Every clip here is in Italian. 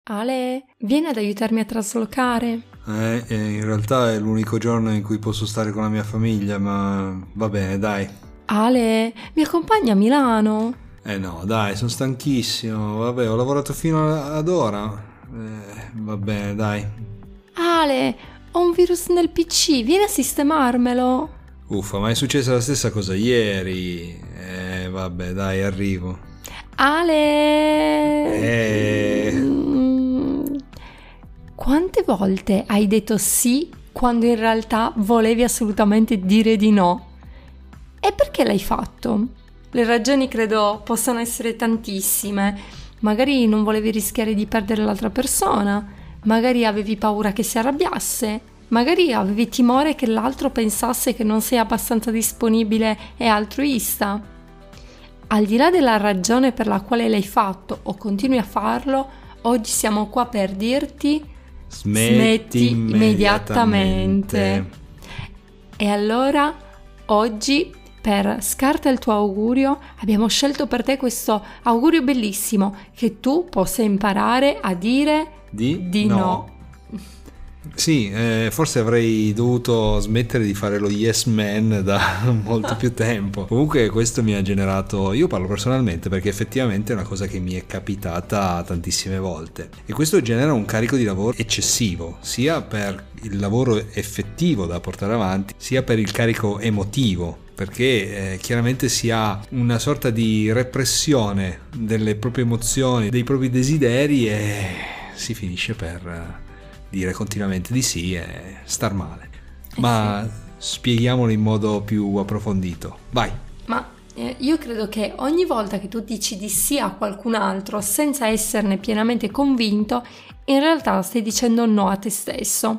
Ale, vieni ad aiutarmi a traslocare. In realtà è l'unico giorno in cui posso stare con la mia famiglia, ma va bene, dai. Ale, mi accompagni a Milano? No, dai, sono stanchissimo. Vabbè, ho lavorato fino ad ora. Va bene, dai. Ale, ho un virus nel PC, vieni a sistemarmelo. Uffa, ma è successa la stessa cosa ieri. Vabbè, dai, arrivo. Ale! Quante volte hai detto sì quando in realtà volevi assolutamente dire di no? E perché l'hai fatto? Le ragioni credo possano essere tantissime. Magari non volevi rischiare di perdere l'altra persona, magari avevi paura che si arrabbiasse, magari avevi timore che l'altro pensasse che non sei abbastanza disponibile e altruista. Al di là della ragione per la quale l'hai fatto o continui a farlo, oggi siamo qua per dirti smetti immediatamente. E allora, oggi, per Scarta il tuo augurio, abbiamo scelto per te questo augurio bellissimo, che tu possa imparare a dire di no. Sì, forse avrei dovuto smettere di fare lo yes man da molto più tempo. Comunque questo mi ha generato, io parlo personalmente perché effettivamente è una cosa che mi è capitata tantissime volte, e questo genera un carico di lavoro eccessivo, sia per il lavoro effettivo da portare avanti, sia per il carico emotivo, perché chiaramente si ha una sorta di repressione delle proprie emozioni, dei propri desideri, e si finisce per dire continuamente di sì e star male. Ma spieghiamolo in modo più approfondito. Vai. Ma io credo che ogni volta che tu dici di sì a qualcun altro senza esserne pienamente convinto, in realtà stai dicendo no a te stesso.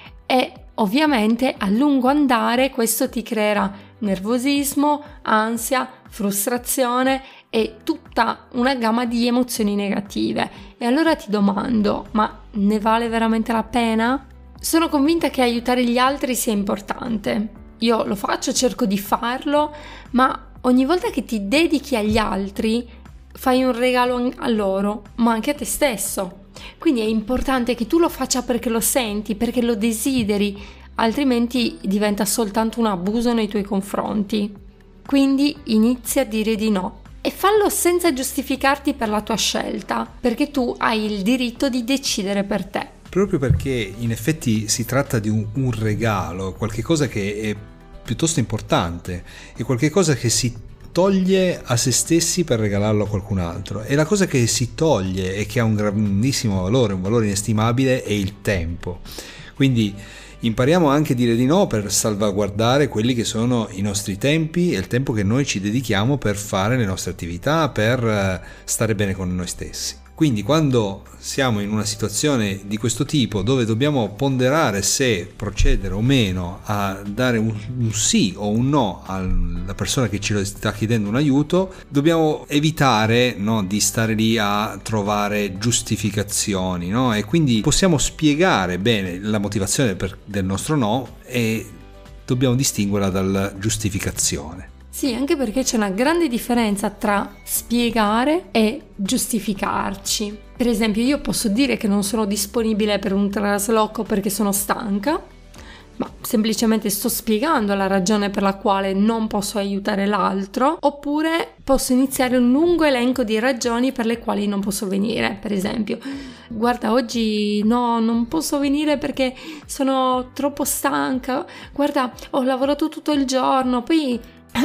E ovviamente a lungo andare questo ti creerà nervosismo, ansia, frustrazione e tutta una gamma di emozioni negative. E allora ti domando, ma ne vale veramente la pena? Sono convinta che aiutare gli altri sia importante. Io lo faccio, cerco di farlo, ma ogni volta che ti dedichi agli altri fai un regalo a loro, ma anche a te stesso. Quindi è importante che tu lo faccia perché lo senti, perché lo desideri, altrimenti diventa soltanto un abuso nei tuoi confronti. Quindi inizia a dire di no e fallo senza giustificarti per la tua scelta, perché tu hai il diritto di decidere per te. Proprio perché in effetti si tratta di un regalo, qualche cosa che è piuttosto importante, è qualche cosa che si toglie a se stessi per regalarlo a qualcun altro, e la cosa che si toglie e che ha un grandissimo valore, un valore inestimabile, è il tempo. Quindi impariamo anche a dire di no per salvaguardare quelli che sono i nostri tempi e il tempo che noi ci dedichiamo per fare le nostre attività, per stare bene con noi stessi. Quindi quando siamo in una situazione di questo tipo, dove dobbiamo ponderare se procedere o meno a dare un sì o un no alla persona che ci sta chiedendo un aiuto, dobbiamo evitare, no, di stare lì a trovare giustificazioni, no? E quindi possiamo spiegare bene la motivazione del nostro no e dobbiamo distinguerla dalla giustificazione. Sì, anche perché c'è una grande differenza tra spiegare e giustificarci. Per esempio, io posso dire che non sono disponibile per un trasloco perché sono stanca, ma semplicemente sto spiegando la ragione per la quale non posso aiutare l'altro, oppure posso iniziare un lungo elenco di ragioni per le quali non posso venire. Per esempio, guarda, oggi no, non posso venire perché sono troppo stanca, guarda, ho lavorato tutto il giorno, poi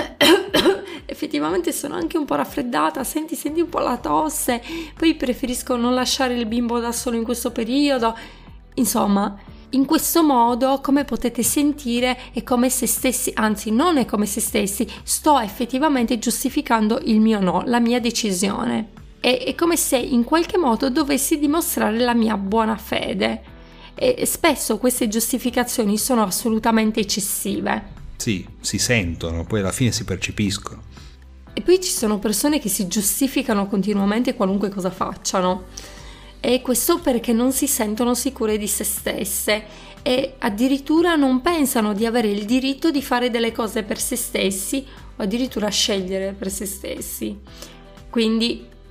effettivamente sono anche un po' raffreddata, senti un po' la tosse, poi preferisco non lasciare il bimbo da solo in questo periodo. Insomma, in questo modo, come potete sentire, è come se stessi, anzi non è come se stessi, sto effettivamente giustificando il mio no, la mia decisione. È come se in qualche modo dovessi dimostrare la mia buona fede, e spesso queste giustificazioni sono assolutamente eccessive. Sì, si sentono, poi alla fine si percepiscono. E poi ci sono persone che si giustificano continuamente qualunque cosa facciano, e questo perché non si sentono sicure di se stesse e addirittura non pensano di avere il diritto di fare delle cose per se stessi o addirittura scegliere per se stessi. Quindi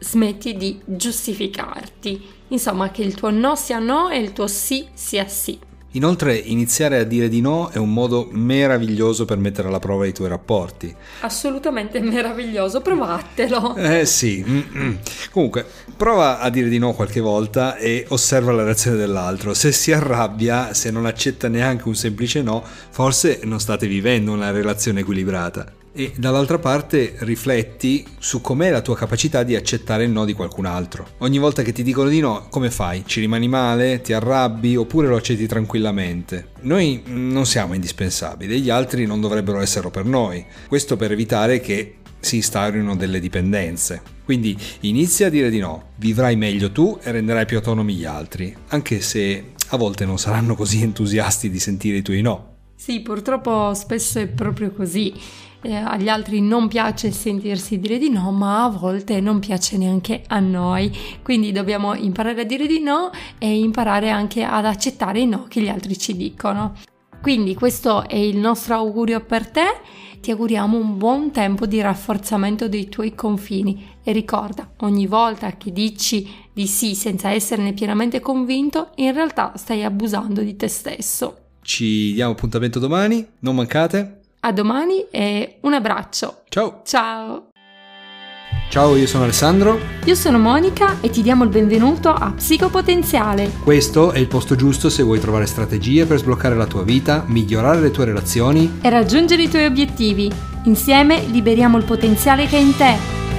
smetti di giustificarti. Insomma, che il tuo no sia no e il tuo sì sia sì. Inoltre, iniziare a dire di no è un modo meraviglioso per mettere alla prova i tuoi rapporti. Assolutamente meraviglioso, provatelo. Sì. Comunque, prova a dire di no qualche volta e osserva la reazione dell'altro. Se si arrabbia, se non accetta neanche un semplice no, forse non state vivendo una relazione equilibrata. E dall'altra parte rifletti su com'è la tua capacità di accettare il no di qualcun altro. Ogni volta che ti dicono di no, come fai? Ci rimani male? Ti arrabbi? Oppure lo accetti tranquillamente? Noi non siamo indispensabili e gli altri non dovrebbero esserlo per noi. Questo per evitare che si instaurino delle dipendenze. Quindi inizia a dire di no, vivrai meglio tu e renderai più autonomi gli altri, anche se a volte non saranno così entusiasti di sentire i tuoi no. Sì, purtroppo spesso è proprio così. Agli altri non piace sentirsi dire di no, ma a volte non piace neanche a noi, quindi dobbiamo imparare a dire di no e imparare anche ad accettare i no che gli altri ci dicono. Quindi questo è il nostro augurio per te, ti auguriamo un buon tempo di rafforzamento dei tuoi confini e ricorda, ogni volta che dici di sì senza esserne pienamente convinto, in realtà stai abusando di te stesso. Ci diamo appuntamento domani, non mancate. A domani e un abbraccio. Ciao! Ciao! Ciao, io sono Alessandro. Io sono Monica e ti diamo il benvenuto a Psicopotenziale. Questo è il posto giusto se vuoi trovare strategie per sbloccare la tua vita, migliorare le tue relazioni e raggiungere i tuoi obiettivi. Insieme liberiamo il potenziale che è in te.